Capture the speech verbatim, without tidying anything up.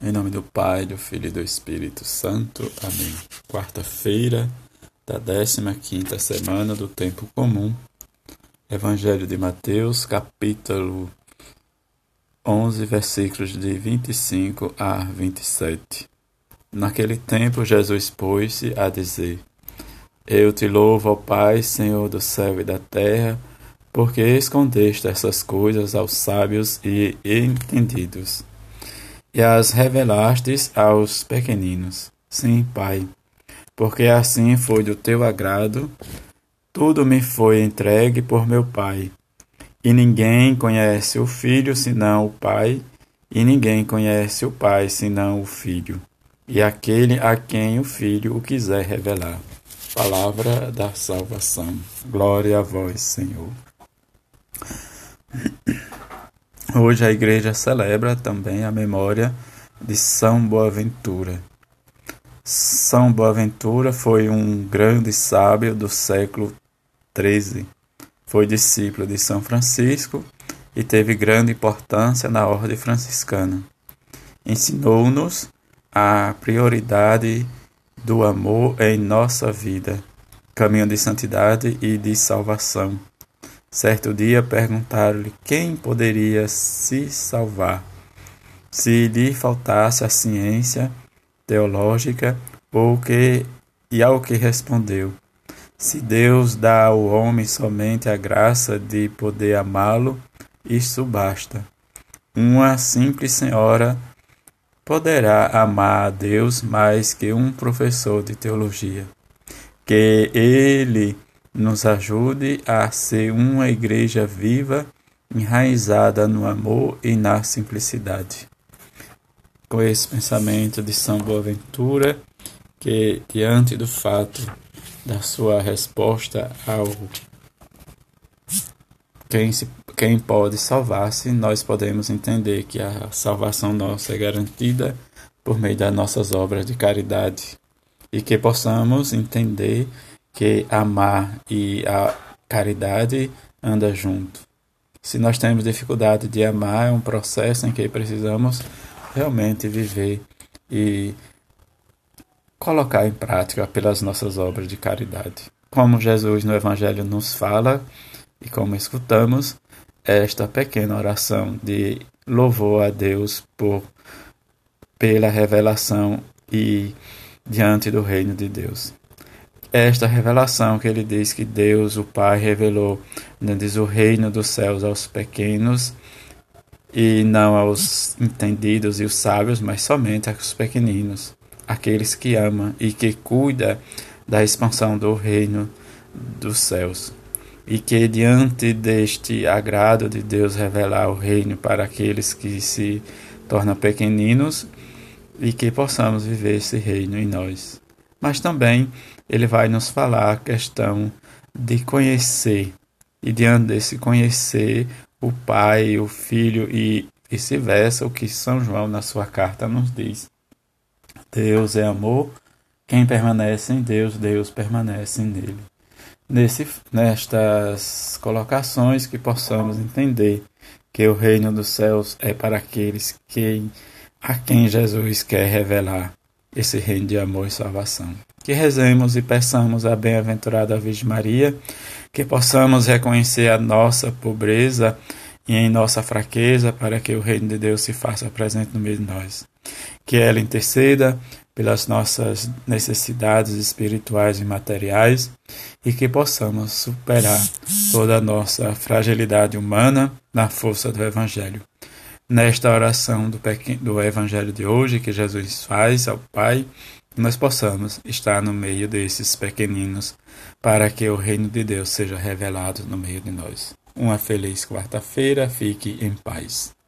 Em nome do Pai, do Filho e do Espírito Santo. Amém. Quarta-feira da décima quinta semana do Tempo Comum. Evangelho de Mateus, capítulo onze, versículos de vinte e cinco a vinte e sete. Naquele tempo, Jesus pôs-se a dizer: Eu te louvo, ó Pai, Senhor do céu e da terra, porque escondeste essas coisas aos sábios e entendidos, e as revelastes aos pequeninos. Sim, Pai, porque assim foi do teu agrado. Tudo me foi entregue por meu Pai, e ninguém conhece o Filho senão o Pai, e ninguém conhece o Pai senão o Filho, e aquele a quem o Filho o quiser revelar. Palavra da salvação. Glória a vós, Senhor. Hoje a igreja celebra também a memória de São Boaventura. São Boaventura foi um grande sábio do século treze. Foi discípulo de São Francisco e teve grande importância na ordem franciscana. Ensinou-nos a prioridade do amor em nossa vida, caminho de santidade e de salvação. Certo dia perguntaram-lhe quem poderia se salvar, se lhe faltasse a ciência teológica, ou que, e ao que respondeu: se Deus dá ao homem somente a graça de poder amá-lo, isso basta. Uma simples senhora poderá amar a Deus mais que um professor de teologia. Que Ele nos ajude a ser uma igreja viva, enraizada no amor e na simplicidade. Com esse pensamento de São Boaventura, que diante do fato da sua resposta ao quem, se, quem pode salvar-se, nós podemos entender que a salvação nossa é garantida por meio das nossas obras de caridade, e que possamos entender que amar e a caridade andam junto. Se nós temos dificuldade de amar, é um processo em que precisamos realmente viver e colocar em prática pelas nossas obras de caridade. Como Jesus no Evangelho nos fala e como escutamos, esta pequena oração de louvor a Deus por, pela revelação e diante do reino de Deus. Esta revelação que ele diz que Deus, o Pai, revelou, né, diz o reino dos céus aos pequenos e não aos entendidos e os sábios, mas somente aos pequeninos, aqueles que amam e que cuidam da expansão do reino dos céus. E que diante deste agrado de Deus revelar o reino para aqueles que se tornam pequeninos, e que possamos viver esse reino em nós. Mas também ele vai nos falar a questão de conhecer, e diante desse conhecer o Pai, o Filho e vice-versa, o que São João na sua carta nos diz: Deus é amor, quem permanece em Deus, Deus permanece nele. Nesse, nestas colocações que possamos entender que o reino dos céus é para aqueles que, a quem Jesus quer revelar esse reino de amor e salvação. Que rezemos e peçamos à bem-aventurada Virgem Maria, que possamos reconhecer a nossa pobreza e em nossa fraqueza, para que o reino de Deus se faça presente no meio de nós. Que ela interceda pelas nossas necessidades espirituais e materiais, e que possamos superar toda a nossa fragilidade humana na força do Evangelho. Nesta oração do, do Evangelho de hoje, que Jesus faz ao Pai, nós possamos estar no meio desses pequeninos, para que o reino de Deus seja revelado no meio de nós. Uma feliz quarta-feira, fique em paz.